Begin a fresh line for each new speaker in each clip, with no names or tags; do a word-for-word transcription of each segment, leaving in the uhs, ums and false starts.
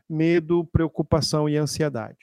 medo, preocupação e ansiedade.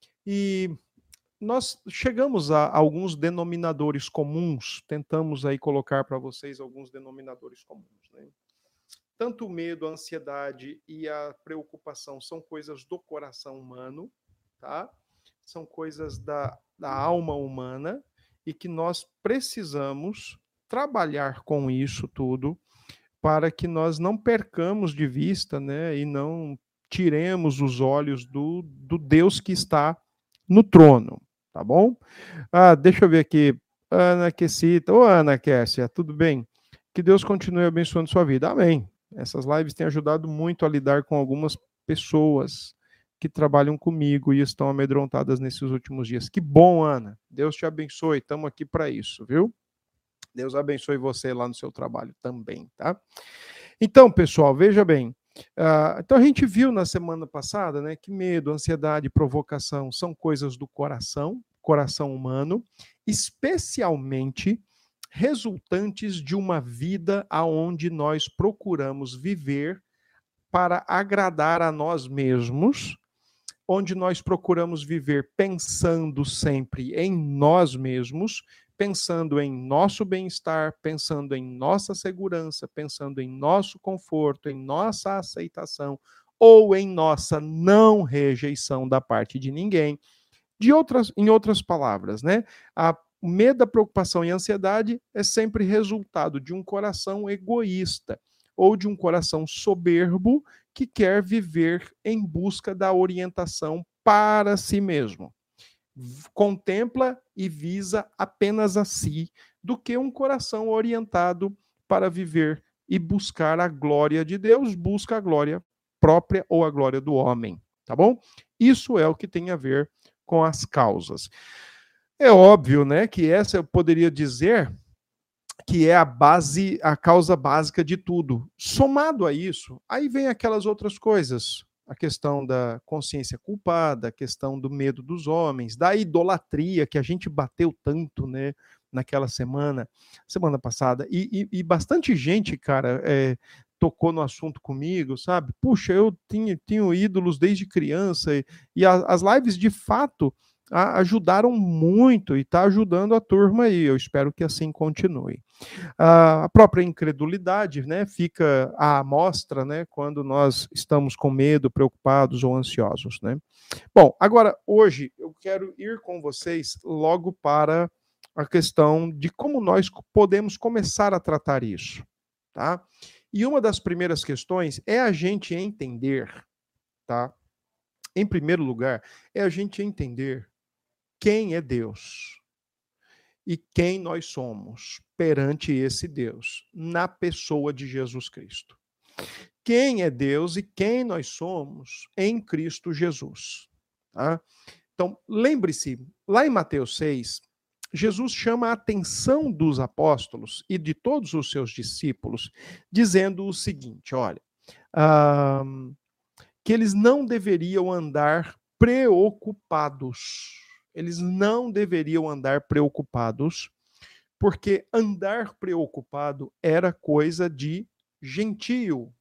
E nós chegamos a alguns denominadores comuns, tentamos aí colocar para vocês alguns denominadores comuns, né? Tanto o medo, a ansiedade e a preocupação são coisas do coração humano, tá? São coisas da, da alma humana e que nós precisamos trabalhar com isso tudo para que nós não percamos de vista, né, e não tiremos os olhos do, do Deus que está no trono, tá bom? Ah, deixa eu ver aqui, Ana Quecita, ô Ana Kessia, tudo bem? Que Deus continue abençoando sua vida, amém. Essas lives têm ajudado muito a lidar com algumas pessoas que trabalham comigo e estão amedrontadas nesses últimos dias. Que bom, Ana, Deus te abençoe, estamos aqui para isso, viu? Deus abençoe você lá no seu trabalho também, tá? Então, pessoal, veja bem. Uh, então, a gente viu na semana passada, né, que medo, ansiedade, provocação são coisas do coração, coração humano, especialmente resultantes de uma vida aonde nós procuramos viver para agradar a nós mesmos, onde nós procuramos viver pensando sempre em nós mesmos, pensando em nosso bem-estar, pensando em nossa segurança, pensando em nosso conforto, em nossa aceitação ou em nossa não rejeição da parte de ninguém. De outras, em outras palavras, né? A o medo, a preocupação e a ansiedade é sempre resultado de um coração egoísta ou de um coração soberbo que quer viver em busca da orientação para si mesmo. Contempla e visa apenas a si, do que um coração orientado para viver e buscar a glória de Deus, busca a glória própria ou a glória do homem, tá bom? Isso é o que tem a ver com as causas. É óbvio, né, que essa eu poderia dizer que é a base, a causa básica de tudo. Somado a isso, aí vem aquelas outras coisas, a questão da consciência culpada, a questão do medo dos homens, da idolatria que a gente bateu tanto, né, naquela semana, semana passada, e, e, e bastante gente, cara, é, tocou no assunto comigo, sabe? Puxa, eu tinha, tinha ídolos desde criança, e, e a, as lives de fato ajudaram muito e está ajudando a turma aí. Eu espero que assim continue. A própria incredulidade, né, fica à mostra, né, quando nós estamos com medo, preocupados ou ansiosos, né? Bom, agora hoje eu quero ir com vocês logo para a questão de como nós podemos começar a tratar isso, tá? E uma das primeiras questões é a gente entender, tá? Em primeiro lugar, é a gente entender quem é Deus e quem nós somos perante esse Deus, na pessoa de Jesus Cristo. Quem é Deus e quem nós somos em Cristo Jesus. Tá? Então, lembre-se, lá em Mateus seis, Jesus chama a atenção dos apóstolos e de todos os seus discípulos, dizendo o seguinte: olha, uh, que eles não deveriam andar preocupados. Eles não deveriam andar preocupados, porque andar preocupado era coisa de gentio.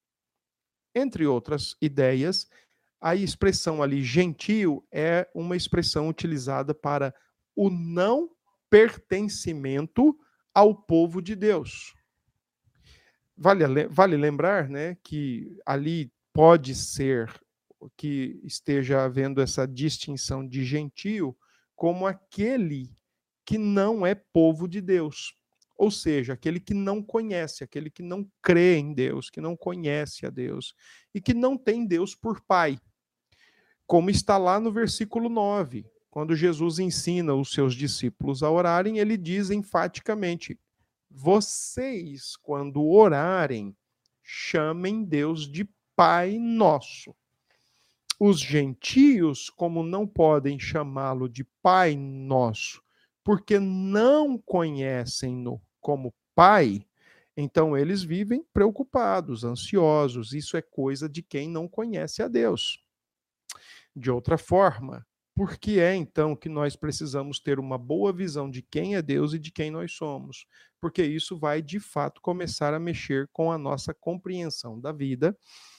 Entre outras ideias, a expressão ali gentio é uma expressão utilizada para o não pertencimento ao povo de Deus. Vale, vale lembrar, né, que ali pode ser que esteja havendo essa distinção de gentio como aquele que não é povo de Deus. Ou seja, aquele que não conhece, aquele que não crê em Deus, que não conhece a Deus e que não tem Deus por pai. Como está lá no versículo nove, quando Jesus ensina os seus discípulos a orarem, ele diz enfaticamente: vocês, quando orarem, chamem Deus de Pai Nosso. Os gentios, como não podem chamá-lo de Pai Nosso, porque não conhecem-no como Pai, então eles vivem preocupados, ansiosos. Isso é coisa de quem não conhece a Deus. De outra forma, por que é então que nós precisamos ter uma boa visão de quem é Deus e de quem nós somos? Porque isso vai de fato começar a mexer com a nossa compreensão da vida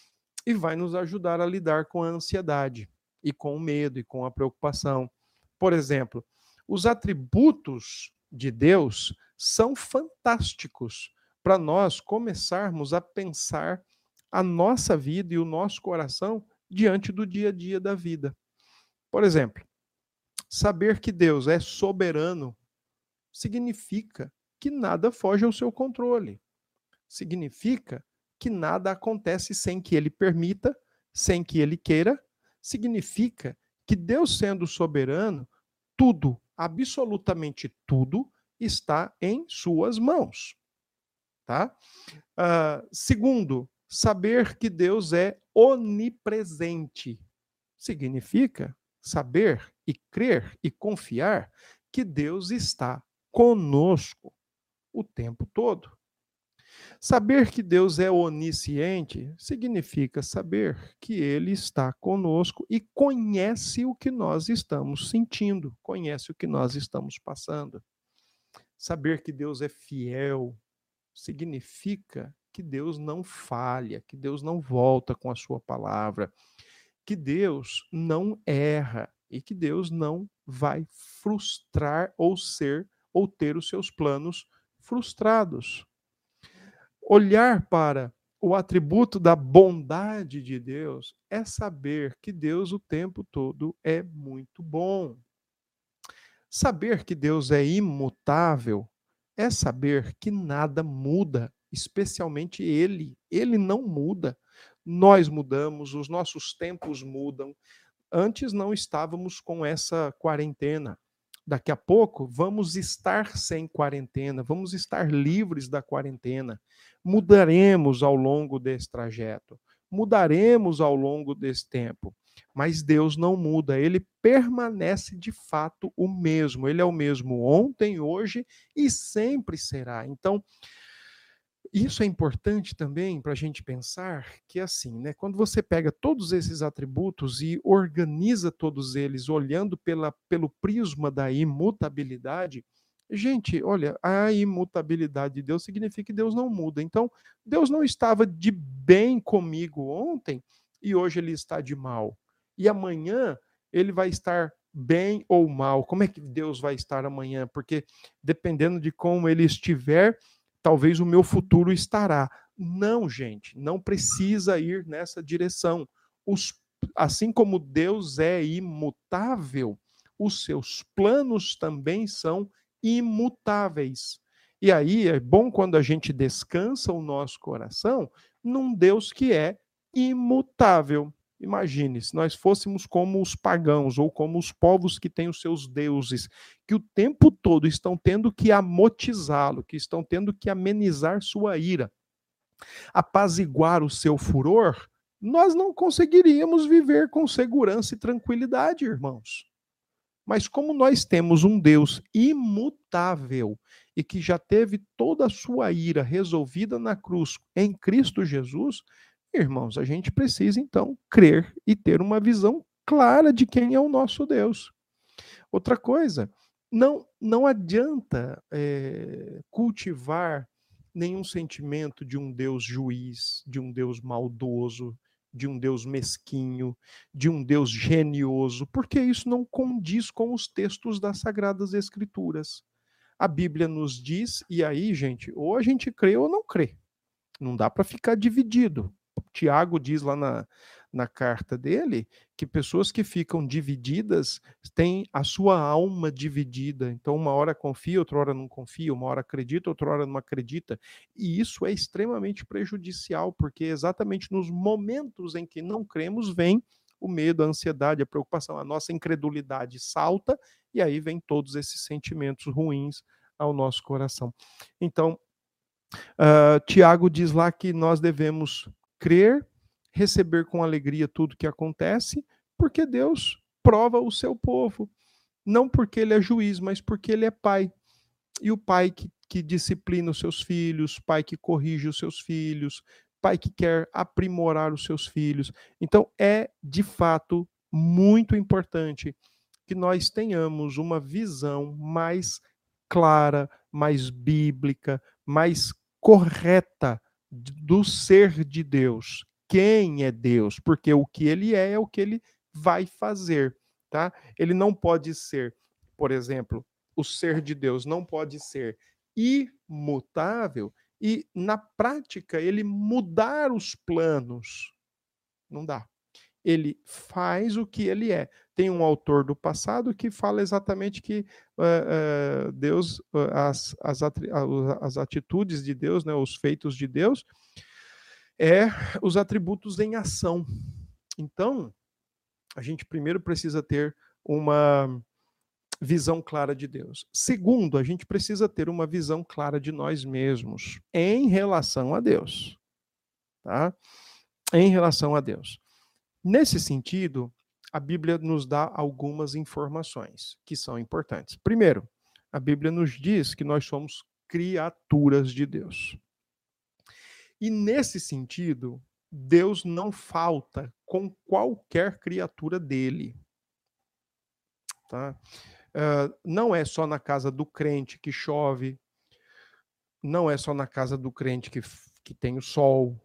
e vai nos ajudar a lidar com a ansiedade e com o medo e com a preocupação. Por exemplo, os atributos de Deus são fantásticos para nós começarmos a pensar a nossa vida e o nosso coração diante do dia a dia da vida. Por exemplo, saber que Deus é soberano significa que nada foge ao seu controle. Significa que nada acontece sem que ele permita, sem que ele queira. Significa que Deus, sendo soberano, tudo, absolutamente tudo, está em suas mãos. Tá? Uh, segundo, saber que Deus é onipresente. Significa saber e crer e confiar que Deus está conosco o tempo todo. Saber que Deus é onisciente significa saber que Ele está conosco e conhece o que nós estamos sentindo, conhece o que nós estamos passando. Saber que Deus é fiel significa que Deus não falha, que Deus não volta com a sua palavra, que Deus não erra e que Deus não vai frustrar ou ser ou ter os seus planos frustrados. Olhar para o atributo da bondade de Deus é saber que Deus o tempo todo é muito bom. Saber que Deus é imutável é saber que nada muda, especialmente Ele. Ele não muda. Nós mudamos, os nossos tempos mudam. Antes não estávamos com essa quarentena. Daqui a pouco vamos estar sem quarentena, vamos estar livres da quarentena. Mudaremos ao longo desse trajeto, mudaremos ao longo desse tempo. Mas Deus não muda, ele permanece de fato o mesmo. Ele é o mesmo ontem, hoje e sempre será. Então, isso é importante também para a gente pensar que, assim, né, quando você pega todos esses atributos e organiza todos eles olhando pela, pelo prisma da imutabilidade, gente, olha, a imutabilidade de Deus significa que Deus não muda. Então, Deus não estava de bem comigo ontem e hoje ele está de mal. E amanhã ele vai estar bem ou mal. Como é que Deus vai estar amanhã? Porque dependendo de como ele estiver, talvez o meu futuro estará. Não, gente, não precisa ir nessa direção. Os, assim como Deus é imutável, os seus planos também são imutáveis. E aí é bom quando a gente descansa o nosso coração num Deus que é imutável. Imagine, se nós fôssemos como os pagãos ou como os povos que têm os seus deuses, que o tempo todo estão tendo que amortizá-lo, que estão tendo que amenizar sua ira, apaziguar o seu furor, nós não conseguiríamos viver com segurança e tranquilidade, irmãos. Mas como nós temos um Deus imutável e que já teve toda a sua ira resolvida na cruz em Cristo Jesus, irmãos, a gente precisa, então, crer e ter uma visão clara de quem é o nosso Deus. Outra coisa, não, não adianta é, cultivar nenhum sentimento de um Deus juiz, de um Deus maldoso, de um Deus mesquinho, de um Deus genioso, porque isso não condiz com os textos das Sagradas Escrituras. A Bíblia nos diz, e aí, gente, ou a gente crê ou não crê. Não dá para ficar dividido. Tiago diz lá na, na carta dele que pessoas que ficam divididas têm a sua alma dividida. Então, uma hora confia, outra hora não confia, uma hora acredita, outra hora não acredita. E isso é extremamente prejudicial, porque exatamente nos momentos em que não cremos, vem o medo, a ansiedade, a preocupação, a nossa incredulidade salta, e aí vem todos esses sentimentos ruins ao nosso coração. Então, uh, Tiago diz lá que nós devemos crer, receber com alegria tudo que acontece, porque Deus prova o seu povo. Não porque ele é juiz, mas porque ele é pai. E o pai que, que disciplina os seus filhos, pai que corrige os seus filhos, pai que quer aprimorar os seus filhos. Então, é, de fato, muito importante que nós tenhamos uma visão mais clara, mais bíblica, mais correta do ser de Deus. quem é Deus, porque o que ele é é o que ele vai fazer, tá? Ele não pode ser, por exemplo, o ser de Deus não pode ser imutável e, na prática, ele mudar os planos. Não dá. Ele faz o que ele é. Tem um autor do passado que fala exatamente que uh, uh, Deus, uh, as, as, as atitudes de Deus, né, os feitos de Deus, é os atributos em ação. Então, a gente primeiro precisa ter uma visão clara de Deus. Segundo, a gente precisa ter uma visão clara de nós mesmos em relação a Deus, tá? Em relação a Deus. Nesse sentido, a Bíblia nos dá algumas informações que são importantes. Primeiro, a Bíblia nos diz que nós somos criaturas de Deus. E nesse sentido, Deus não falta com qualquer criatura dele. Tá? Uh, não é só na casa do crente que chove, não é só na casa do crente que, que tem o sol,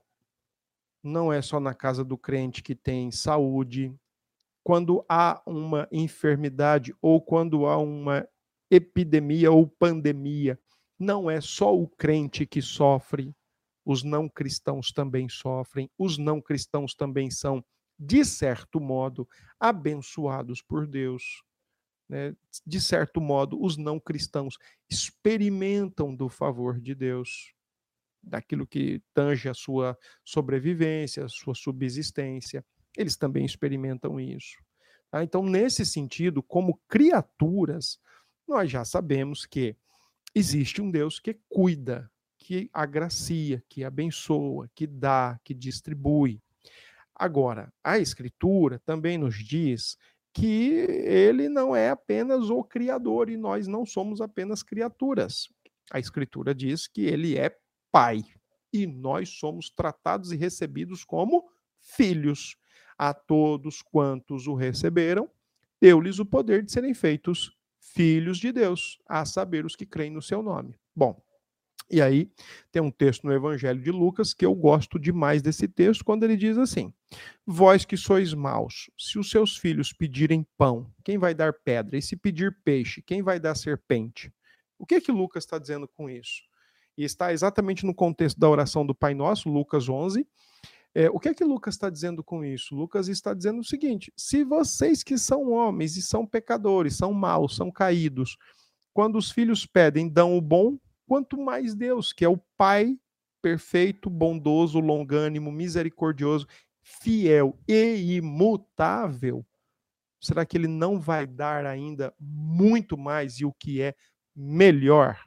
não é só na casa do crente que tem saúde. Quando há uma enfermidade ou quando há uma epidemia ou pandemia, não é só o crente que sofre, os não cristãos também sofrem, os não cristãos também são, de certo modo, abençoados por Deus. Né? De certo modo, os não cristãos experimentam do favor de Deus, daquilo que tange a sua sobrevivência, a sua subsistência. Eles também experimentam isso. Tá? Então, nesse sentido, como criaturas, nós já sabemos que existe um Deus que cuida, que agracia, que abençoa, que dá, que distribui. Agora, a Escritura também nos diz que ele não é apenas o Criador e nós não somos apenas criaturas. A Escritura diz que ele é Pai e nós somos tratados e recebidos como filhos. A todos quantos o receberam, deu-lhes o poder de serem feitos filhos de Deus, a saber, os que creem no seu nome. Bom, e aí tem um texto no Evangelho de Lucas que eu gosto demais desse texto, quando ele diz assim: vós que sois maus, se os seus filhos pedirem pão, quem vai dar pedra? E se pedir peixe, quem vai dar serpente? O que é que Lucas está dizendo com isso? E está exatamente no contexto da oração do Pai Nosso, Lucas onze. É, o que é que Lucas está dizendo com isso? Lucas está dizendo o seguinte: se vocês que são homens e são pecadores, são maus, são caídos, quando os filhos pedem, dão o bom, quanto mais Deus, que é o Pai perfeito, bondoso, longânimo, misericordioso, fiel e imutável, será que ele não vai dar ainda muito mais e o que é melhor?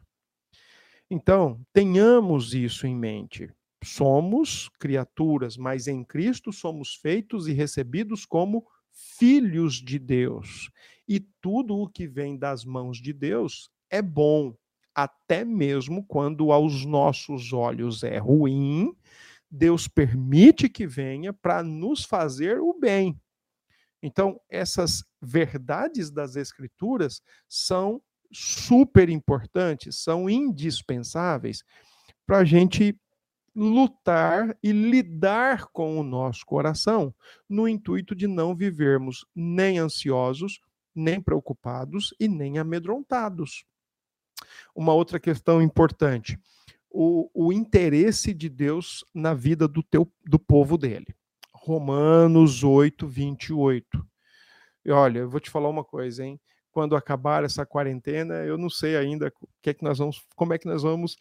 Então, tenhamos isso em mente. Somos criaturas, mas em Cristo somos feitos e recebidos como filhos de Deus. E tudo o que vem das mãos de Deus é bom, até mesmo quando aos nossos olhos é ruim, Deus permite que venha para nos fazer o bem. Então, essas verdades das Escrituras são super importantes, são indispensáveis para a gente lutar e lidar com o nosso coração, no intuito de não vivermos nem ansiosos, nem preocupados e nem amedrontados. Uma outra questão importante: o, o interesse de Deus na vida do, teu, do povo dele. Romanos oito, vinte e oito. E olha, eu vou te falar uma coisa, hein? Quando acabar essa quarentena, eu não sei ainda que é que nós vamos, como é que nós vamos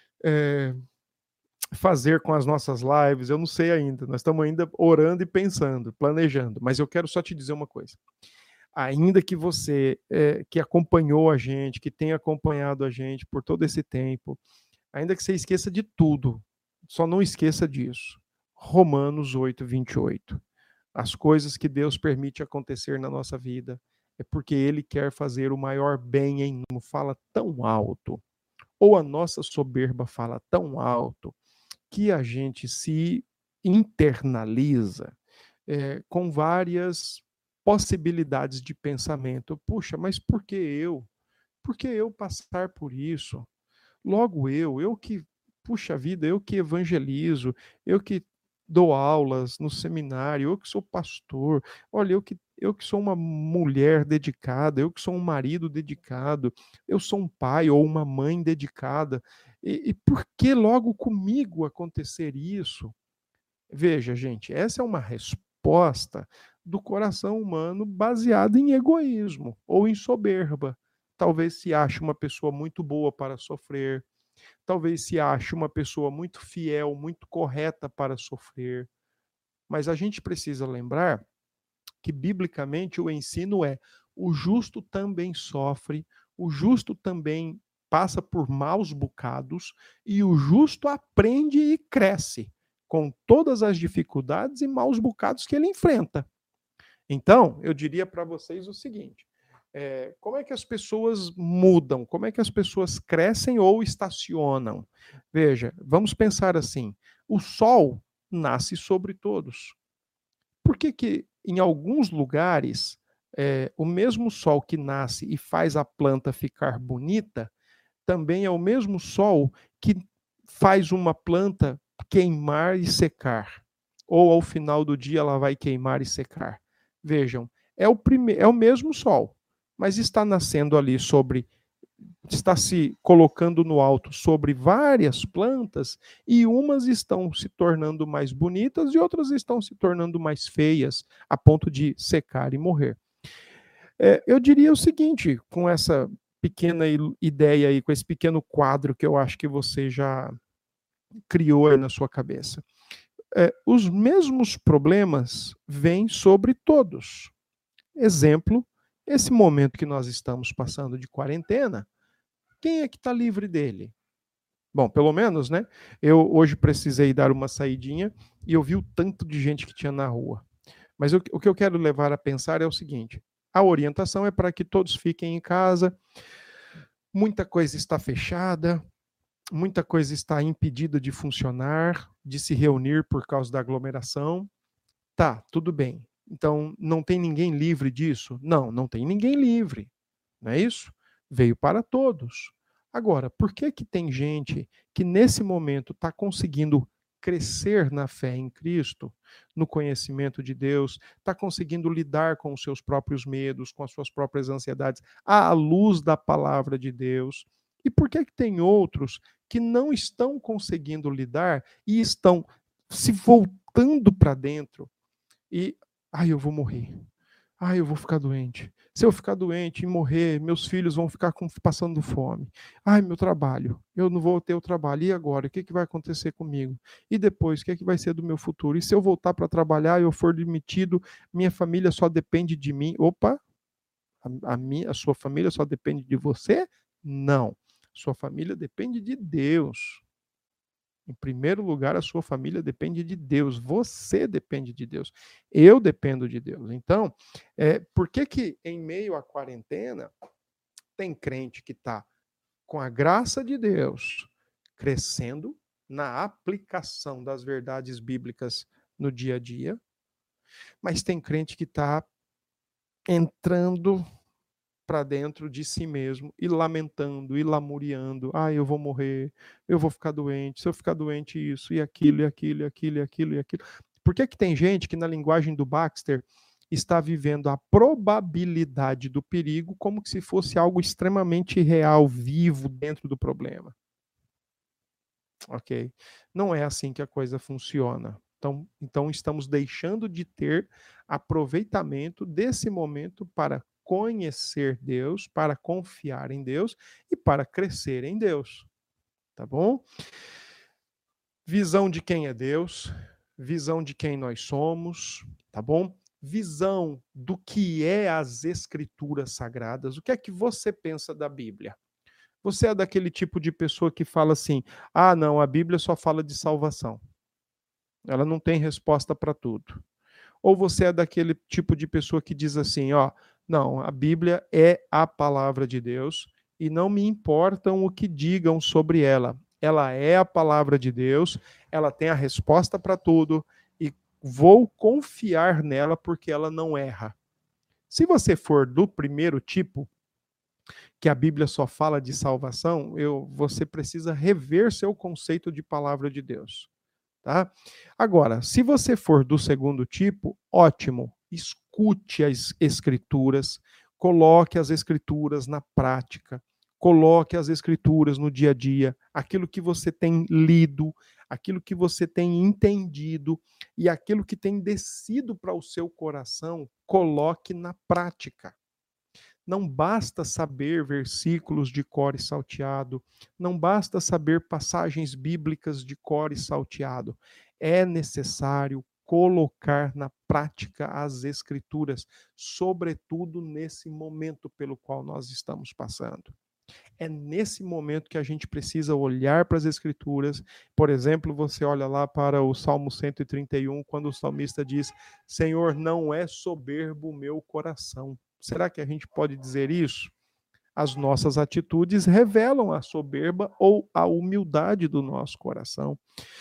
é, fazer com as nossas lives, eu não sei ainda. Nós estamos ainda orando e pensando, planejando. Mas eu quero só te dizer uma coisa. Ainda que você é, que acompanhou a gente, que tenha acompanhado a gente por todo esse tempo, ainda que você esqueça de tudo, só não esqueça disso. Romanos oito, vinte e oito. As coisas que Deus permite acontecer na nossa vida é porque Ele quer fazer o maior bem em nós. Fala tão alto, ou a nossa soberba fala tão alto, que a gente se internaliza é, com várias possibilidades de pensamento. Puxa, mas por que eu? Por que eu passar por isso? Logo eu, eu que, puxa vida, eu que evangelizo, eu que dou aulas no seminário, eu que sou pastor, olha, eu que, eu que sou uma mulher dedicada, eu que sou um marido dedicado, eu sou um pai ou uma mãe dedicada. E, e por que logo comigo acontecer isso? Veja, gente, essa é uma resposta do coração humano baseada em egoísmo ou em soberba. Talvez se ache uma pessoa muito boa para sofrer, talvez se ache uma pessoa muito fiel, muito correta para sofrer. Mas a gente precisa lembrar que, biblicamente, o ensino é: o justo também sofre, o justo também passa por maus bocados, e o justo aprende e cresce com todas as dificuldades e maus bocados que ele enfrenta. Então, eu diria para vocês o seguinte: é, como é que as pessoas mudam? Como é que as pessoas crescem ou estacionam? Veja, vamos pensar assim: o sol nasce sobre todos. Por que que em alguns lugares é, o mesmo sol que nasce e faz a planta ficar bonita também é o mesmo sol que faz uma planta queimar e secar? Ou ao final do dia ela vai queimar e secar? Vejam, é o, prime... é o mesmo sol, mas está nascendo ali sobre, está se colocando no alto sobre várias plantas, e umas estão se tornando mais bonitas e outras estão se tornando mais feias, a ponto de secar e morrer. É, eu diria o seguinte, com essa pequena ideia aí, com esse pequeno quadro que eu acho que você já criou aí na sua cabeça. É, os mesmos problemas vêm sobre todos. Exemplo, esse momento que nós estamos passando de quarentena, quem é que está livre dele? Bom, pelo menos, né? Eu hoje precisei dar uma saidinha e eu vi o tanto de gente que tinha na rua. Mas o, o que eu quero levar a pensar é o seguinte: a orientação é para que todos fiquem em casa, muita coisa está fechada, muita coisa está impedida de funcionar, de se reunir por causa da aglomeração. Tá, tudo bem. Então, não tem ninguém livre disso? Não, não tem ninguém livre. Não é isso? Veio para todos. Agora, por que que tem gente que nesse momento está conseguindo crescer na fé em Cristo, no conhecimento de Deus, está conseguindo lidar com os seus próprios medos, com as suas próprias ansiedades, à luz da palavra de Deus? E por que que tem outros que não estão conseguindo lidar e estão se voltando para dentro e, ai, eu vou morrer. Ai, eu vou ficar doente. Se eu ficar doente e morrer, meus filhos vão ficar com, passando fome. Ai, meu trabalho. Eu não vou ter o trabalho. E agora? O que, que vai acontecer comigo? E depois? O que, que vai ser do meu futuro? E se eu voltar para trabalhar e eu for demitido, minha família só depende de mim? Opa! A, a, minha, a sua família só depende de você? Não. Sua família depende de Deus. Em primeiro lugar, a sua família depende de Deus. Você depende de Deus. Eu dependo de Deus. Então, é, por que que em meio à quarentena tem crente que está com a graça de Deus crescendo na aplicação das verdades bíblicas no dia a dia, mas tem crente que está entrando para dentro de si mesmo e lamentando e lamuriando: ah, eu vou morrer, eu vou ficar doente, se eu ficar doente isso e aquilo e aquilo e aquilo e aquilo e aquilo. Por que que tem gente que na linguagem do Baxter está vivendo a probabilidade do perigo como se fosse algo extremamente real, vivo dentro do problema? Ok? Não é assim que a coisa funciona. Então, então estamos deixando de ter aproveitamento desse momento para conhecer Deus, para confiar em Deus e para crescer em Deus. Tá bom? Visão de quem é Deus, visão de quem nós somos, tá bom? Visão do que é as Escrituras Sagradas. O que é que você pensa da Bíblia? Você é daquele tipo de pessoa que fala assim: ah, não, a Bíblia só fala de salvação. Ela não tem resposta para tudo. Ou você é daquele tipo de pessoa que diz assim, ó, não, a Bíblia é a palavra de Deus e não me importam o que digam sobre ela. Ela é a palavra de Deus, ela tem a resposta para tudo e vou confiar nela porque ela não erra. Se você for do primeiro tipo, que a Bíblia só fala de salvação, eu, você precisa rever seu conceito de palavra de Deus. Tá? Agora, se você for do segundo tipo, ótimo, escute as escrituras, coloque as escrituras na prática, coloque as escrituras no dia a dia, aquilo que você tem lido, aquilo que você tem entendido e aquilo que tem descido para o seu coração, coloque na prática. Não basta saber versículos de cor e salteado, não basta saber passagens bíblicas de cor e salteado. É necessário colocar na prática as escrituras, sobretudo nesse momento pelo qual nós estamos passando. É nesse momento que a gente precisa olhar para as escrituras. Por exemplo, você olha lá para o Salmo cento e trinta e um, quando o salmista diz: Senhor, não é soberbo o meu coração. Será que a gente pode dizer isso? As nossas atitudes revelam a soberba ou a humildade do nosso coração.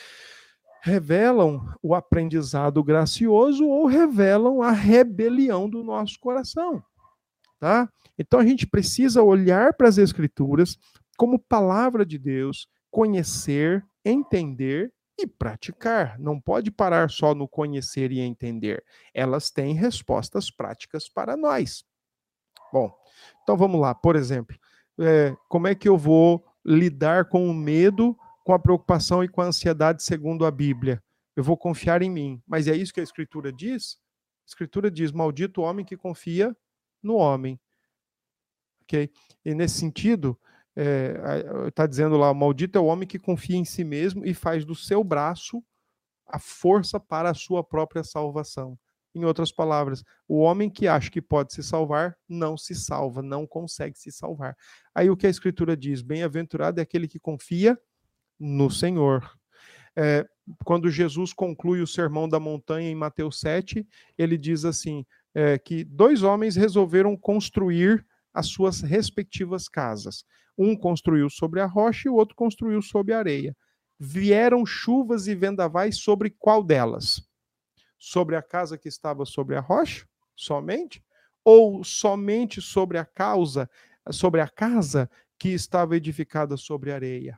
Revelam o aprendizado gracioso ou revelam a rebelião do nosso coração. Tá? Então a gente precisa olhar para as Escrituras como palavra de Deus, conhecer, entender e praticar. Não pode parar só no conhecer e entender. Elas têm respostas práticas para nós. Bom, então vamos lá. Por exemplo, é, como é que eu vou lidar com o medo, com a preocupação e com a ansiedade segundo a Bíblia? Eu vou confiar em mim. Mas é isso que a Escritura diz? A Escritura diz: maldito o homem que confia no homem. Okay? E nesse sentido, está é, dizendo lá, maldito é o homem que confia em si mesmo e faz do seu braço a força para a sua própria salvação. Em outras palavras, o homem que acha que pode se salvar, não se salva, não consegue se salvar. Aí o que a Escritura diz? Bem-aventurado é aquele que confia no Senhor. É, quando Jesus conclui o Sermão da Montanha em Mateus sete, ele diz assim, é, que dois homens resolveram construir as suas respectivas casas. Um construiu sobre a rocha e o outro construiu sobre a areia. Vieram chuvas e vendavais sobre qual delas? Sobre a casa que estava sobre a rocha, somente? Ou somente sobre a causa, sobre a casa que estava edificada sobre a areia?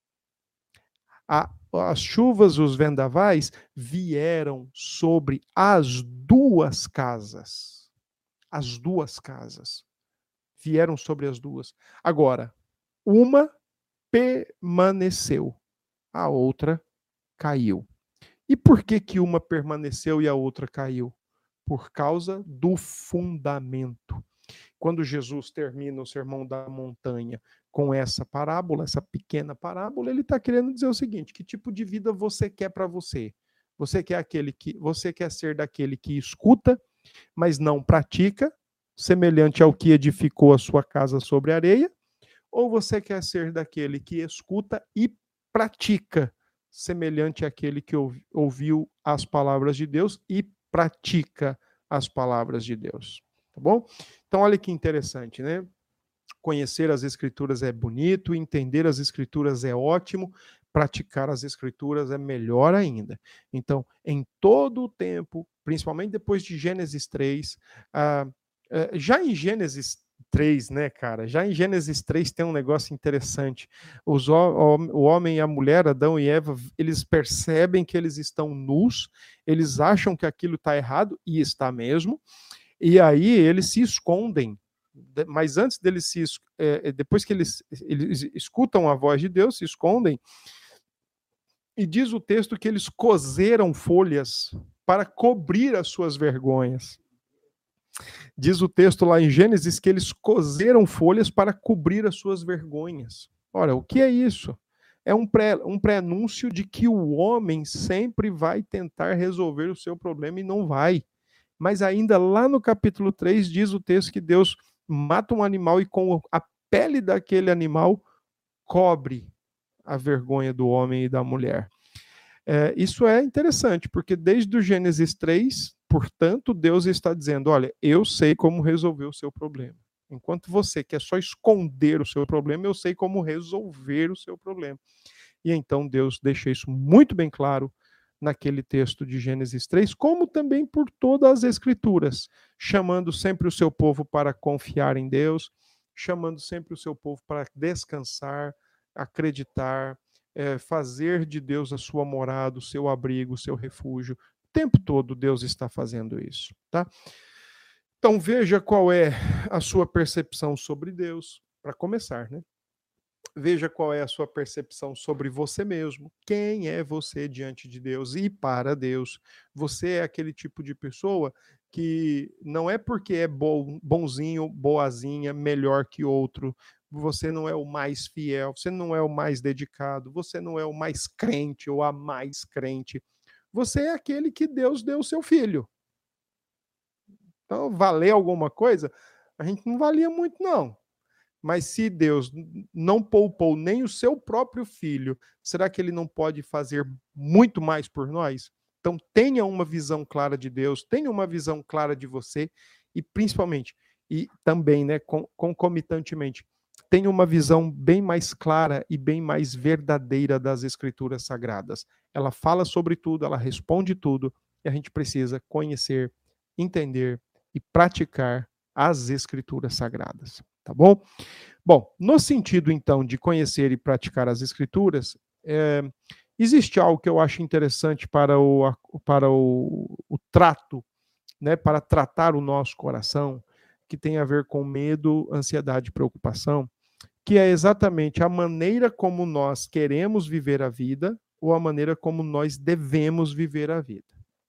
A, as chuvas, os vendavais, vieram sobre as duas casas. As duas casas. Vieram sobre as duas. Agora, uma permaneceu, a outra caiu. E por que que uma permaneceu e a outra caiu? Por causa do fundamento. Quando Jesus termina o Sermão da Montanha com essa parábola, essa pequena parábola, ele está querendo dizer o seguinte: que tipo de vida você quer para você? Você quer aquele que você quer ser daquele que escuta, mas não pratica, semelhante ao que edificou a sua casa sobre areia, ou você quer ser daquele que escuta e pratica, semelhante àquele que ouviu as palavras de Deus e pratica as palavras de Deus? Tá bom? Então, olha que interessante, né? Conhecer as Escrituras é bonito, entender as Escrituras é ótimo, praticar as Escrituras é melhor ainda. Então, em todo o tempo, principalmente depois de Gênesis três, ah, já em Gênesis três, né, cara? Já em Gênesis três tem um negócio interessante. Os, o, o homem e a mulher, Adão e Eva, eles percebem que eles estão nus, eles acham que aquilo está errado, e está mesmo, e aí eles se escondem. Mas antes deles se é, depois que eles, eles escutam a voz de Deus, se escondem, e diz o texto que eles coseram folhas para cobrir as suas vergonhas. Diz o texto lá em Gênesis que eles coseram folhas para cobrir as suas vergonhas. Ora, o que é isso? É um, pré, um prenúncio de que o homem sempre vai tentar resolver o seu problema e não vai. Mas ainda lá no capítulo três diz o texto que Deus mata um animal e com a pele daquele animal cobre a vergonha do homem e da mulher. É, isso é interessante, porque desde o Gênesis três, portanto, Deus está dizendo, olha, eu sei como resolver o seu problema. Enquanto você quer só esconder o seu problema, eu sei como resolver o seu problema. E então Deus deixa isso muito bem claro naquele texto de Gênesis três, como também por todas as Escrituras, chamando sempre o seu povo para confiar em Deus, chamando sempre o seu povo para descansar, acreditar, é, fazer de Deus a sua morada, o seu abrigo, o seu refúgio. O tempo todo Deus está fazendo isso, tá? Então veja qual é a sua percepção sobre Deus, para começar, né? Veja qual é a sua percepção sobre você mesmo. Quem é você diante de Deus e para Deus? Você é aquele tipo de pessoa que não é porque é bom, bonzinho, boazinha, melhor que outro. Você não é o mais fiel, você não é o mais dedicado, você não é o mais crente ou a mais crente. Você é aquele que Deus deu o seu filho. Então, valer alguma coisa? A gente não valia muito, não. Mas se Deus não poupou nem o seu próprio filho, será que ele não pode fazer muito mais por nós? Então, tenha uma visão clara de Deus, tenha uma visão clara de você e, principalmente, e também, né, concomitantemente, tenha uma visão bem mais clara e bem mais verdadeira das Escrituras Sagradas. Ela fala sobre tudo, ela responde tudo, e a gente precisa conhecer, entender e praticar as Escrituras Sagradas, tá bom? Bom, no sentido, então, de conhecer e praticar as Escrituras, é, existe algo que eu acho interessante para o, para o, o trato, né, para tratar o nosso coração, que tem a ver com medo, ansiedade e preocupação, que é exatamente a maneira como nós queremos viver a vida ou a maneira como nós devemos viver a vida.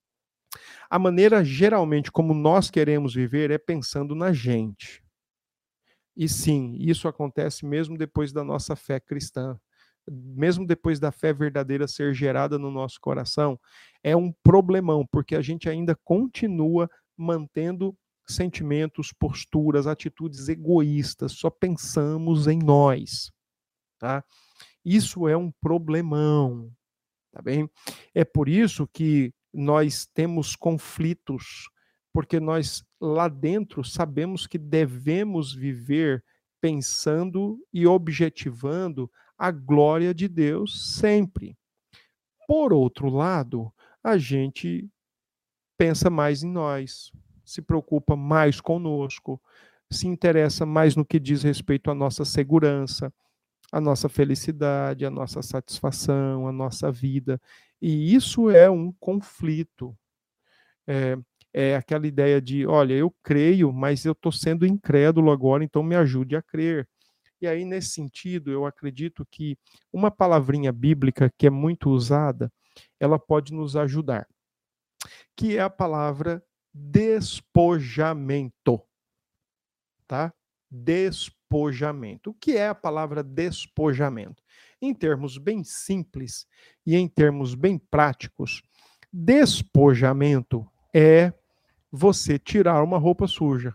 A maneira, geralmente, como nós queremos viver é pensando na gente. E sim, isso acontece mesmo depois da nossa fé cristã, mesmo depois da fé verdadeira ser gerada no nosso coração, é um problemão, porque a gente ainda continua mantendo sentimentos, posturas, atitudes egoístas, só pensamos em nós, tá? Isso é um problemão, tá bem? É por isso que nós temos conflitos, porque nós lá dentro sabemos que devemos viver pensando e objetivando a glória de Deus sempre. Por outro lado, a gente pensa mais em nós, se preocupa mais conosco, se interessa mais no que diz respeito à nossa segurança, a nossa felicidade, a nossa satisfação, a nossa vida. E isso é um conflito. É, é aquela ideia de, olha, eu creio, mas eu estou sendo incrédulo agora, então me ajude a crer. E aí, nesse sentido, eu acredito que uma palavrinha bíblica que é muito usada, ela pode nos ajudar, que é a palavra despojamento, tá? Despojamento. O que é a palavra despojamento? Em termos bem simples e em termos bem práticos, despojamento é você tirar uma roupa suja.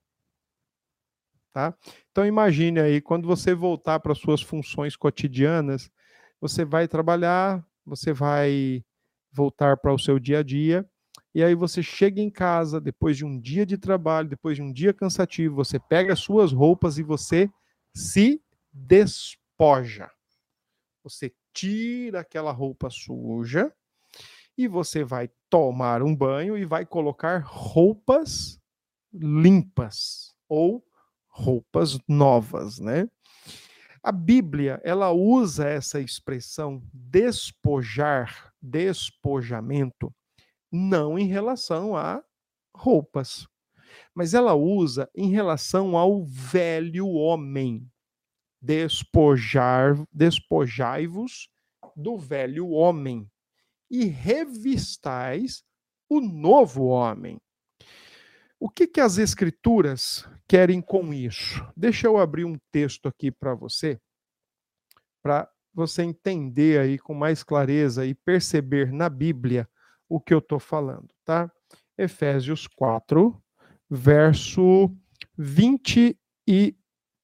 Tá? Então imagine aí, quando você voltar para suas funções cotidianas, você vai trabalhar, você vai voltar para o seu dia a dia, e aí você chega em casa, depois de um dia de trabalho, depois de um dia cansativo, você pega as suas roupas e você se despoja. Você tira aquela roupa suja e você vai tomar um banho e vai colocar roupas limpas ou roupas novas, né? A Bíblia, ela usa essa expressão despojar, despojamento, não em relação a roupas, mas ela usa em relação ao velho homem. Despojar, despojai-vos do velho homem e revistais o novo homem. O que, que as Escrituras querem com isso? Deixa eu abrir um texto aqui para você, para você entender aí com mais clareza e perceber na Bíblia o que eu estou falando, tá? Efésios quatro, verso vinte e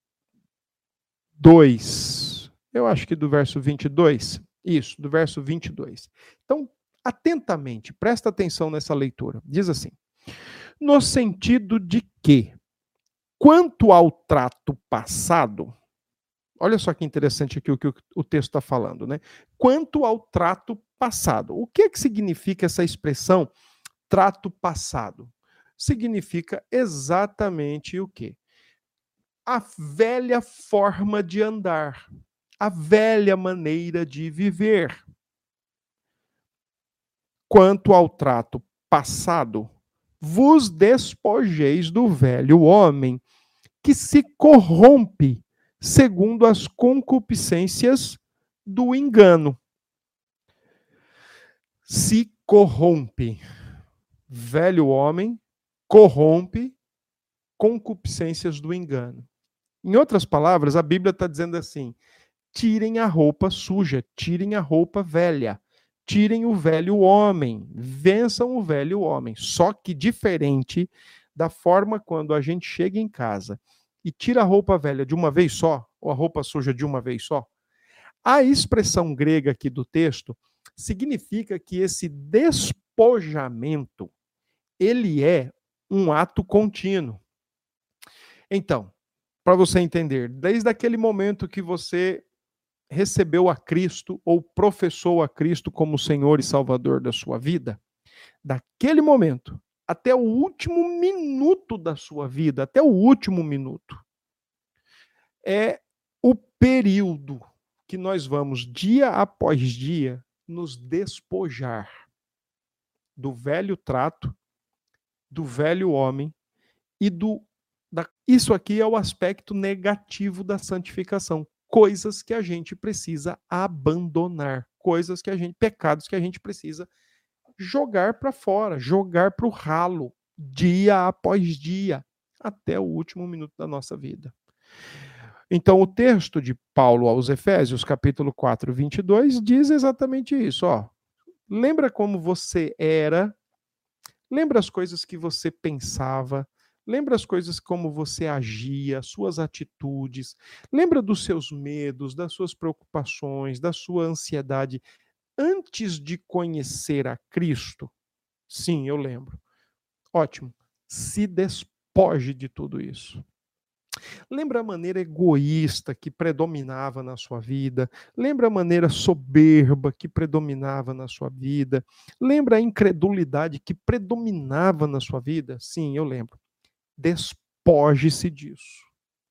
dois. Eu acho que do verso vinte e dois. Isso, do verso vinte e dois. Então, atentamente, presta atenção nessa leitura. Diz assim: no sentido de que, quanto ao trato passado, olha só que interessante aqui o que o texto está falando, né? Quanto ao trato passado. O que, que significa essa expressão trato passado? Significa exatamente o quê? A velha forma de andar, a velha maneira de viver. Quanto ao trato passado, vos despojeis do velho homem, que se corrompe segundo as concupiscências do engano. Se corrompe. Velho homem corrompe concupiscências do engano. Em outras palavras, a Bíblia está dizendo assim: tirem a roupa suja, tirem a roupa velha, tirem o velho homem, vençam o velho homem. Só que diferente da forma quando a gente chega em casa e tira a roupa velha de uma vez só, ou a roupa suja de uma vez só, a expressão grega aqui do texto significa que esse despojamento, ele é um ato contínuo. Então, para você entender, desde aquele momento que você recebeu a Cristo ou professou a Cristo como Senhor e Salvador da sua vida, daquele momento até o último minuto da sua vida, até o último minuto, é o período que nós vamos, dia após dia, nos despojar do velho trato, do velho homem e do... Da, isso aqui é o aspecto negativo da santificação. Coisas que a gente precisa abandonar, coisas que a gente, pecados que a gente precisa jogar para fora, jogar para o ralo, dia após dia, até o último minuto da nossa vida. Então, o texto de Paulo aos Efésios, capítulo quatro, vinte e dois, diz exatamente isso. Ó. Lembra como você era, lembra as coisas que você pensava, lembra as coisas como você agia, suas atitudes, lembra dos seus medos, das suas preocupações, da sua ansiedade, antes de conhecer a Cristo? Sim, eu lembro. Ótimo. Se despoje de tudo isso. Lembra a maneira egoísta que predominava na sua vida? Lembra a maneira soberba que predominava na sua vida? Lembra a incredulidade que predominava na sua vida? Sim, eu lembro. Despoje-se disso.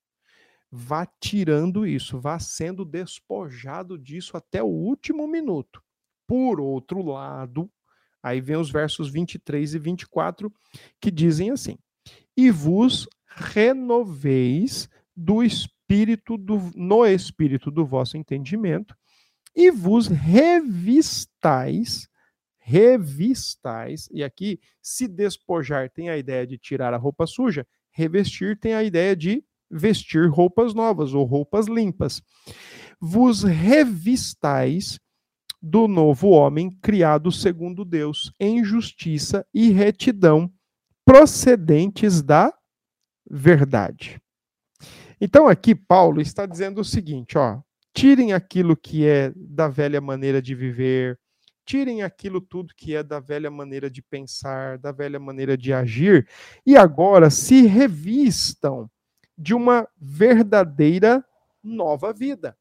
Vá tirando isso, vá sendo despojado disso até o último minuto. Por outro lado, aí vem os versos vinte e três e vinte e quatro que dizem assim: e vos renoveis do espírito do, no espírito do vosso entendimento, e vos revistais, revistais, e aqui se despojar tem a ideia de tirar a roupa suja, revestir tem a ideia de vestir roupas novas ou roupas limpas. Vos revistais do novo homem criado segundo Deus, em justiça e retidão, procedentes da verdade. Então aqui Paulo está dizendo o seguinte, ó, tirem aquilo que é da velha maneira de viver, tirem aquilo tudo que é da velha maneira de pensar, da velha maneira de agir, e agora se revistam de uma verdadeira nova vida.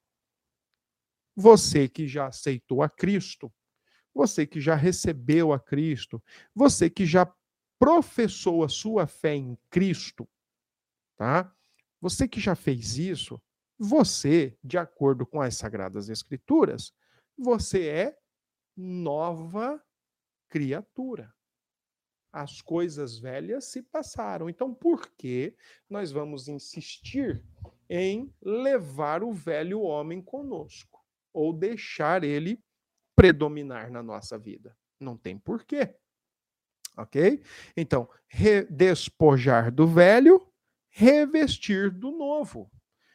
Você que já aceitou a Cristo, você que já recebeu a Cristo, você que já professou a sua fé em Cristo, tá? Você que já fez isso, você, de acordo com as Sagradas Escrituras, você é nova criatura. As coisas velhas se passaram. Então, por que nós vamos insistir em levar o velho homem conosco? Ou deixar ele predominar na nossa vida? Não tem porquê. Ok? Então, despojar do velho, revestir do novo.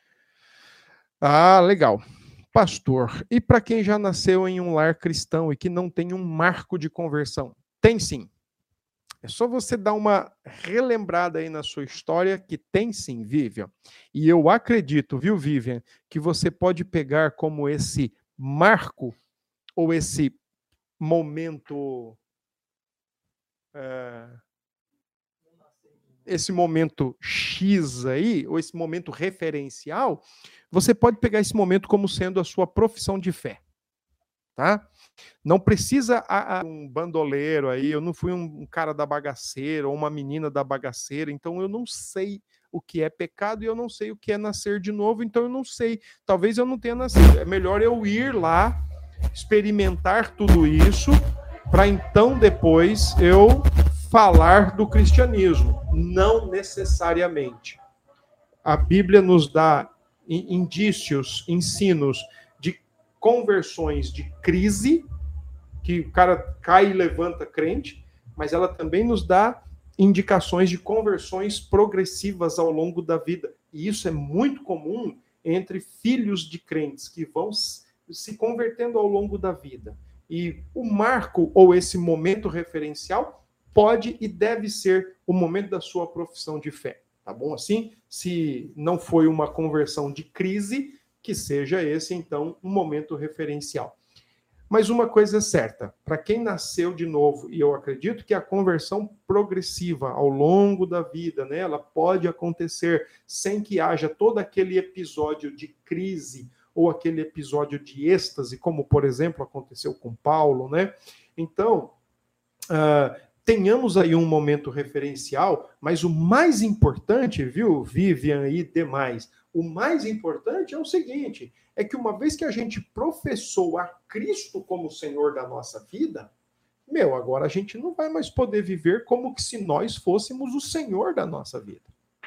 Ah, legal. Pastor, e para quem já nasceu em um lar cristão e que não tem um marco de conversão? Tem sim. É só você dar uma relembrada aí na sua história que tem sim, Vivian. E eu acredito, viu, Vivian, que você pode pegar como esse marco ou esse momento... É, esse momento X aí, ou esse momento referencial, você pode pegar esse momento como sendo a sua profissão de fé, tá? Não precisa a, a, um bandoleiro aí, eu não fui um, um cara da bagaceira ou uma menina da bagaceira, então eu não sei o que é pecado e eu não sei o que é nascer de novo, então eu não sei. Talvez eu não tenha nascido. É melhor eu ir lá, experimentar tudo isso, para então depois eu falar do cristianismo. Não necessariamente. A Bíblia nos dá indícios, ensinos de conversões de crise, que o cara cai e levanta crente, mas ela também nos dá indicações de conversões progressivas ao longo da vida. E isso é muito comum entre filhos de crentes que vão se convertendo ao longo da vida. E o marco, ou esse momento referencial, pode e deve ser o momento da sua profissão de fé. Tá bom assim? Se não foi uma conversão de crise, que seja esse, então, um momento referencial. Mas uma coisa é certa, para quem nasceu de novo, e eu acredito que a conversão progressiva ao longo da vida, né, ela pode acontecer sem que haja todo aquele episódio de crise ou aquele episódio de êxtase, como, por exemplo, aconteceu com Paulo, né? Então, uh, tenhamos aí um momento referencial, mas o mais importante, viu, Vivian e demais, o mais importante é o seguinte, é que uma vez que a gente professou a Cristo como Senhor da nossa vida, meu, agora a gente não vai mais poder viver como que se nós fôssemos o Senhor da nossa vida.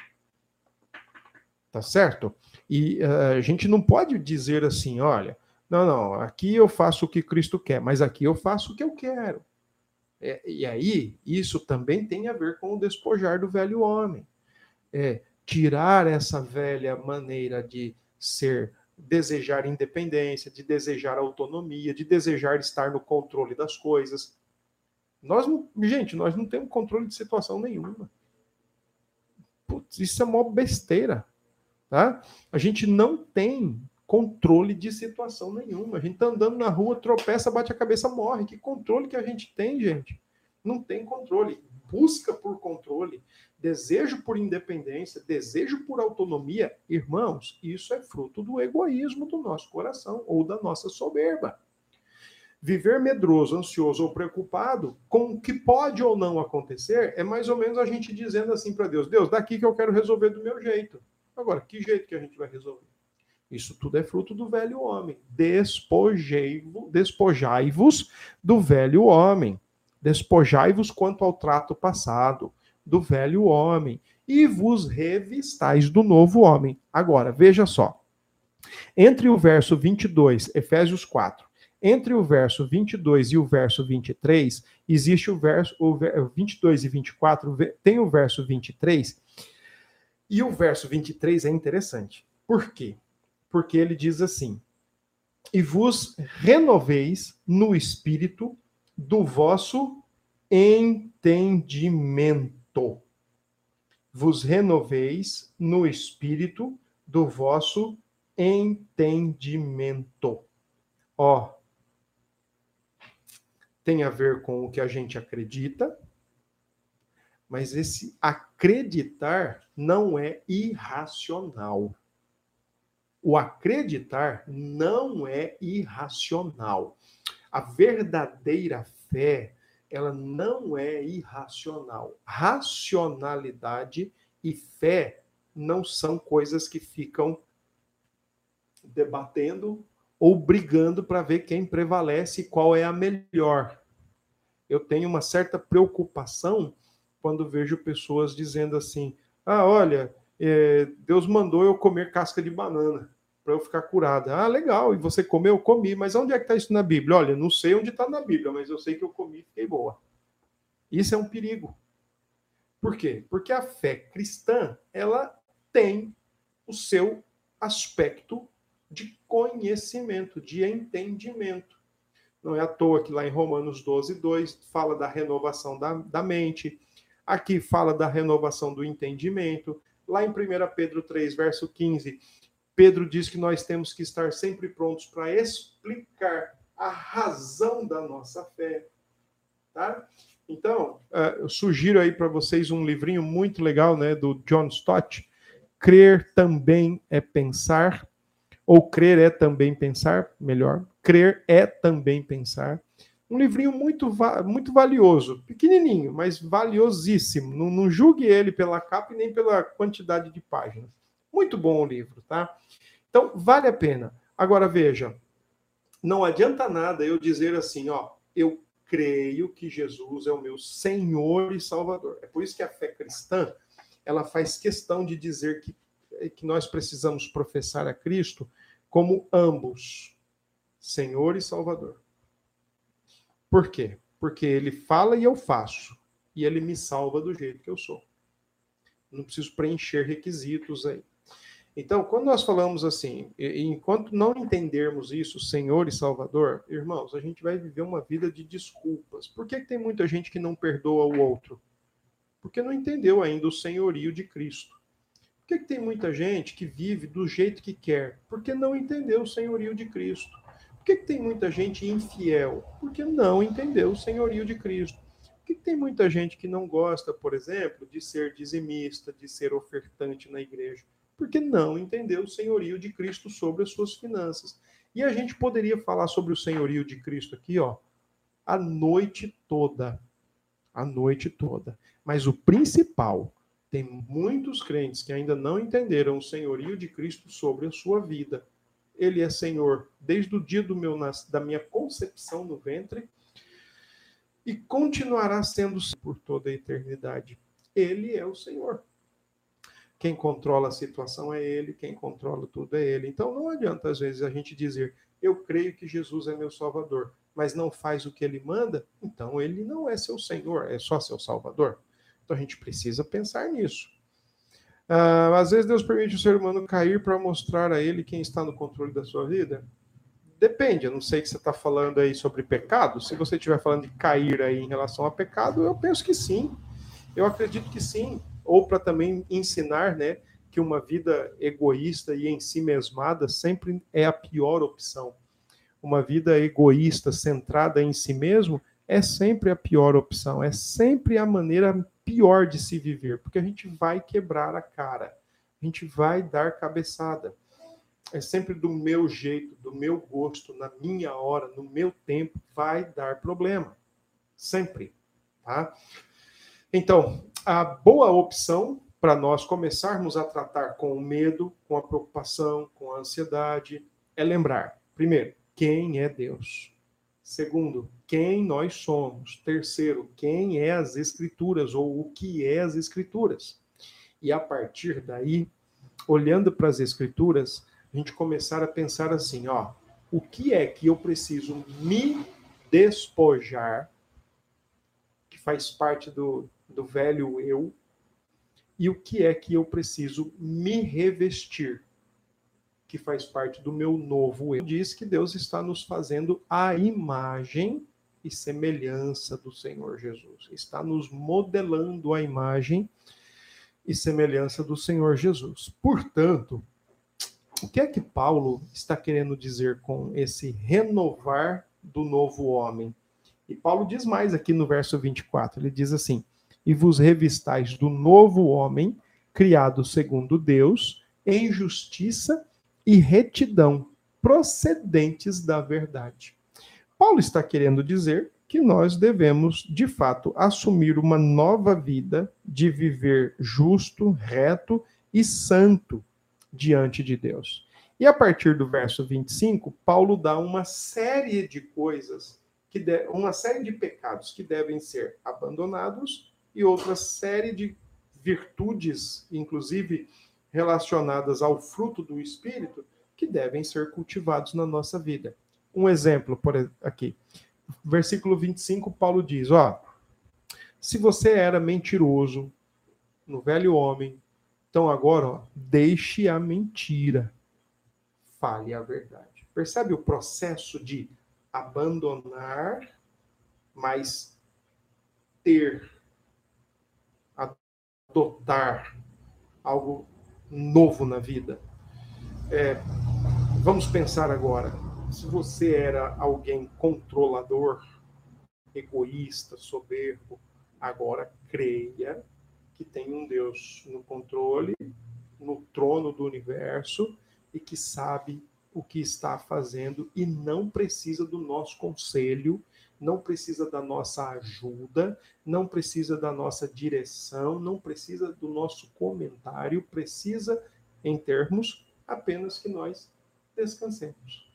Tá certo? E uh, a gente não pode dizer assim, olha, não, não, aqui eu faço o que Cristo quer, mas aqui eu faço o que eu quero. É, e aí, isso também tem a ver com o despojar do velho homem. É, tirar essa velha maneira de ser, desejar independência, de desejar autonomia, de desejar estar no controle das coisas. Nós não, gente, nós não temos controle de situação nenhuma. Putz, isso é uma besteira. Tá? A gente não tem controle de situação nenhuma. A gente está andando na rua, tropeça, bate a cabeça, morre. Que controle que a gente tem, gente? Não tem controle. Busca por controle, desejo por independência, desejo por autonomia. Irmãos, isso é fruto do egoísmo do nosso coração ou da nossa soberba. Viver medroso, ansioso ou preocupado com o que pode ou não acontecer é mais ou menos a gente dizendo assim para Deus, Deus, daqui que eu quero resolver do meu jeito. Agora, que jeito que a gente vai resolver? Isso tudo é fruto do velho homem. Despojai-vos, despojai-vos do velho homem. Despojai-vos quanto ao trato passado do velho homem e vos revistais do novo homem. Agora, veja só. Entre o verso vinte e dois, Efésios quatro, entre o verso vinte e dois e o verso vinte e três, existe o verso o vinte e dois e vinte e quatro, tem o verso vinte e três, e o verso vinte e três é interessante. Por quê? Porque ele diz assim, e vos renoveis no espírito do vosso entendimento. Vos renoveis no espírito do vosso entendimento. Ó, tem a ver com o que a gente acredita, mas esse acreditar não é irracional. O acreditar não é irracional. A verdadeira fé, ela não é irracional. Racionalidade e fé não são coisas que ficam debatendo ou brigando para ver quem prevalece e qual é a melhor. Eu tenho uma certa preocupação quando vejo pessoas dizendo assim, ah, olha, é, Deus mandou eu comer casca de banana para eu ficar curada. Ah, legal, e você comeu? Eu comi, mas onde é que está isso na Bíblia? Olha, não sei onde está na Bíblia, mas eu sei que eu comi e fiquei boa. Isso é um perigo. Por quê? Porque a fé cristã, ela tem o seu aspecto de conhecimento, de entendimento. Não é à toa que lá em Romanos doze, dois fala da renovação da, da mente, aqui fala da renovação do entendimento, lá em primeira Pedro três, verso quinze, Pedro diz que nós temos que estar sempre prontos para explicar a razão da nossa fé. Tá? Então, eu sugiro aí para vocês um livrinho muito legal, né, do John Stott, Crer Também é Pensar, ou Crer é Também Pensar, melhor, Crer é Também Pensar, Um livrinho muito, muito valioso, pequenininho, mas valiosíssimo. Não, não julgue ele pela capa e nem pela quantidade de páginas. Muito bom o livro, tá? Então, vale a pena. Agora, veja, não adianta nada eu dizer assim, ó, eu creio que Jesus é o meu Senhor e Salvador. É por isso que a fé cristã, ela faz questão de dizer que, que nós precisamos professar a Cristo como ambos, Senhor e Salvador. Por quê? Porque ele fala e eu faço. E ele me salva do jeito que eu sou. Não preciso preencher requisitos aí. Então, quando nós falamos assim, enquanto não entendermos isso, Senhor e Salvador, irmãos, a gente vai viver uma vida de desculpas. Por que tem muita gente que não perdoa o outro? Porque não entendeu ainda o senhorio de Cristo. Por que tem muita gente que vive do jeito que quer? Porque não entendeu o senhorio de Cristo. Por que tem muita gente infiel? Porque não entendeu o senhorio de Cristo. Por que tem muita gente que não gosta, por exemplo, de ser dizimista, de ser ofertante na igreja? Porque não entendeu o senhorio de Cristo sobre as suas finanças. E a gente poderia falar sobre o senhorio de Cristo aqui, ó, a noite toda. A noite toda. Mas o principal, tem muitos crentes que ainda não entenderam o senhorio de Cristo sobre a sua vida. Ele é Senhor desde o dia do meu, da minha concepção no ventre e continuará sendo por toda a eternidade. Ele é o Senhor. Quem controla a situação é Ele, quem controla tudo é Ele. Então não adianta, às vezes, a gente dizer, eu creio que Jesus é meu Salvador, mas não faz o que Ele manda, então Ele não é seu Senhor, é só seu Salvador. Então a gente precisa pensar nisso. Ah, às vezes Deus permite o ser humano cair para mostrar a Ele quem está no controle da sua vida. Depende, eu não sei que você está falando aí sobre pecado. Se você estiver falando de cair aí em relação a pecado, eu penso que sim. Eu acredito que sim. Ou para também ensinar, né, que uma vida egoísta e em si mesmada sempre é a pior opção. Uma vida egoísta, centrada em si mesmo, é sempre a pior opção. É sempre a maneira pior de se viver, porque a gente vai quebrar a cara. A gente vai dar cabeçada. É sempre do meu jeito, do meu gosto, na minha hora, no meu tempo, vai dar problema. Sempre. Tá? Então, a boa opção para nós começarmos a tratar com o medo, com a preocupação, com a ansiedade, é lembrar, primeiro, quem é Deus. Segundo, quem nós somos. Terceiro, quem é as Escrituras, ou o que é as Escrituras. E a partir daí, olhando para as Escrituras, a gente começar a pensar assim, ó, o que é que eu preciso me despojar, que faz parte do, do velho eu, e o que é que eu preciso me revestir, que faz parte do meu novo eu. Diz que Deus está nos fazendo a imagem e semelhança do Senhor Jesus. Está nos modelando a imagem e semelhança do Senhor Jesus. Portanto, o que é que Paulo está querendo dizer com esse renovar do novo homem? E Paulo diz mais aqui no verso vinte e quatro, ele diz assim, e vos revistais do novo homem, criado segundo Deus, em justiça e retidão, procedentes da verdade. Paulo está querendo dizer que nós devemos, de fato, assumir uma nova vida de viver justo, reto e santo diante de Deus. E a partir do verso vinte e cinco, Paulo dá uma série de coisas, que de, uma série de pecados que devem ser abandonados e outra série de virtudes, inclusive relacionadas ao fruto do Espírito, que devem ser cultivados na nossa vida. Um exemplo por aqui. Versículo vinte e cinco, Paulo diz, ó, se você era mentiroso no velho homem, então agora, ó, deixe a mentira, fale a verdade. Percebe o processo de abandonar, mas ter, adotar algo novo na vida? É, vamos pensar agora. Se você era alguém controlador, egoísta, soberbo, agora creia que tem um Deus no controle, no trono do universo e que sabe o que está fazendo e não precisa do nosso conselho, não precisa da nossa ajuda, não precisa da nossa direção, não precisa do nosso comentário, precisa, em termos, apenas que nós descansemos.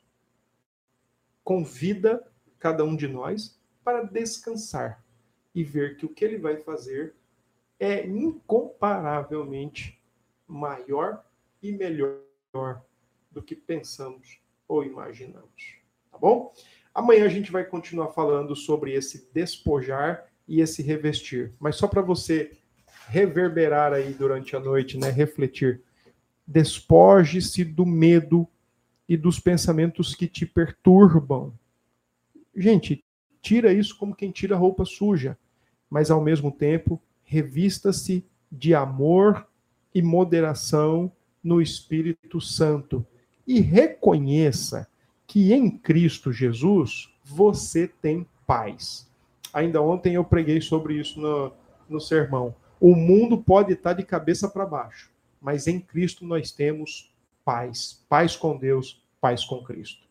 Convida cada um de nós para descansar e ver que o que ele vai fazer é incomparavelmente maior e melhor do que pensamos ou imaginamos. Tá bom? Amanhã a gente vai continuar falando sobre esse despojar e esse revestir. Mas só para você reverberar aí durante a noite, né, refletir. Despoje-se do medo e dos pensamentos que te perturbam. Gente, tira isso como quem tira roupa suja, mas ao mesmo tempo revista-se de amor e moderação no Espírito Santo e reconheça que em Cristo Jesus você tem paz. Ainda ontem eu preguei sobre isso no, no sermão. O mundo pode estar de cabeça para baixo, mas em Cristo nós temos paz. Paz com Deus, paz com Cristo.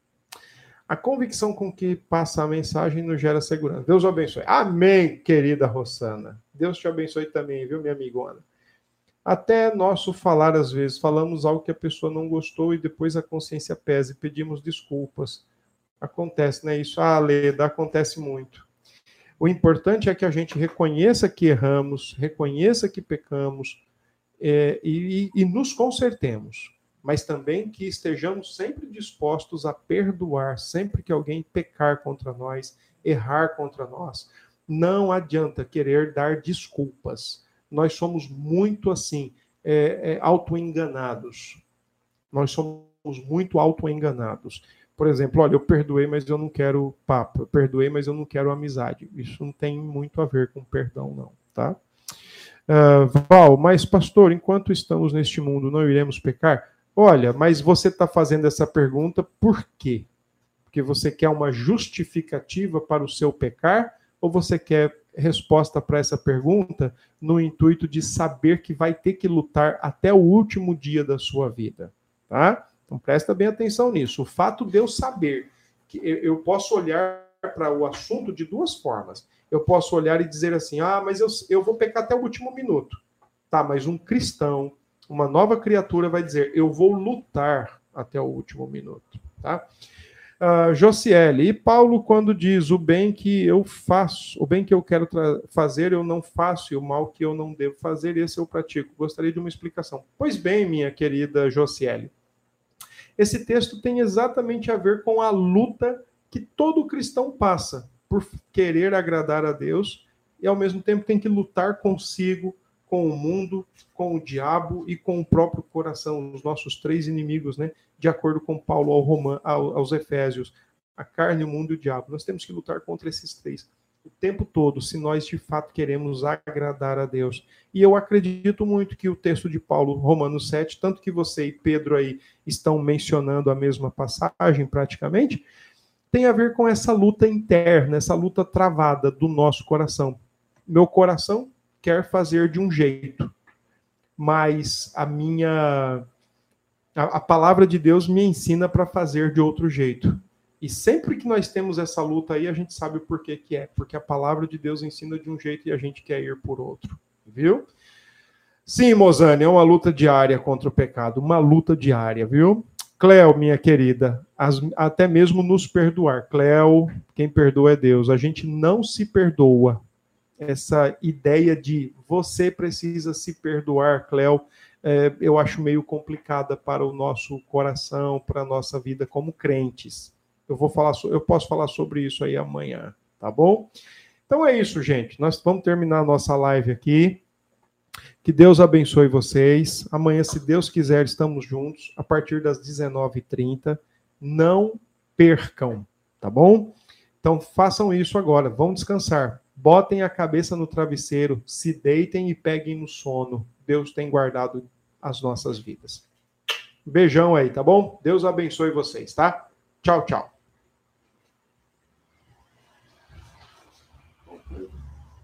A convicção com que passa a mensagem nos gera segurança. Deus o abençoe. Amém, querida Rossana. Deus te abençoe também, viu, minha amigona? Até nosso falar, às vezes, falamos algo que a pessoa não gostou e depois a consciência pesa e pedimos desculpas. Acontece, né? Isso, ah, Leda, acontece muito. O importante é que a gente reconheça que erramos, reconheça que pecamos é, e, e nos consertemos. Mas também que estejamos sempre dispostos a perdoar, sempre que alguém pecar contra nós, errar contra nós. Não adianta querer dar desculpas. Nós somos muito, assim, é, é, auto-enganados. Nós somos muito auto-enganados. Por exemplo, olha, eu perdoei, mas eu não quero papo. Eu perdoei, mas eu não quero amizade. Isso não tem muito a ver com perdão, não, tá? Uh, Val, mas pastor, enquanto estamos neste mundo, não iremos pecar? Olha, mas você está fazendo essa pergunta por quê? Porque você quer uma justificativa para o seu pecar ou você quer resposta para essa pergunta no intuito de saber que vai ter que lutar até o último dia da sua vida, tá? Então presta bem atenção nisso. O fato de eu saber que eu posso olhar para o assunto de duas formas. Eu posso olhar e dizer assim, ah, mas eu, eu vou pecar até o último minuto. Tá, mas um cristão, uma nova criatura vai dizer, eu vou lutar até o último minuto, tá? Uh, Josiele, e Paulo quando diz, o bem que eu faço, o bem que eu quero fazer eu não faço, e o mal que eu não devo fazer, esse eu pratico. Gostaria de uma explicação. Pois bem, minha querida Josiele, esse texto tem exatamente a ver com a luta que todo cristão passa por querer agradar a Deus e ao mesmo tempo tem que lutar consigo, com o mundo, com o diabo e com o próprio coração, os nossos três inimigos, né? De acordo com Paulo ao Roman, aos Efésios, a carne, o mundo e o diabo. Nós temos que lutar contra esses três o tempo todo, se nós de fato queremos agradar a Deus. E eu acredito muito que o texto de Paulo, Romanos sete, tanto que você e Pedro aí estão mencionando a mesma passagem praticamente, tem a ver com essa luta interna, essa luta travada do nosso coração. Meu coração quer fazer de um jeito, mas a minha a, a palavra de Deus me ensina para fazer de outro jeito. E sempre que nós temos essa luta aí, a gente sabe por que que é, porque a palavra de Deus ensina de um jeito e a gente quer ir por outro, viu? Sim, Mozane, é uma luta diária contra o pecado, uma luta diária, viu? Cléo, minha querida, as, até mesmo nos perdoar. Cléo, quem perdoa é Deus. A gente não se perdoa. Essa ideia de você precisa se perdoar, Cléo, é, eu acho meio complicada para o nosso coração, para a nossa vida como crentes. Eu vou falar, eu posso falar sobre isso aí amanhã, tá bom? Então é isso, gente. Nós vamos terminar a nossa live aqui. Que Deus abençoe vocês. Amanhã, se Deus quiser, estamos juntos a partir das dezenove e trinta. Não percam, tá bom? Então façam isso agora. Vão descansar. Botem a cabeça no travesseiro, se deitem e peguem no sono. Deus tem guardado as nossas vidas. Beijão aí, tá bom? Deus abençoe vocês, tá? Tchau, tchau.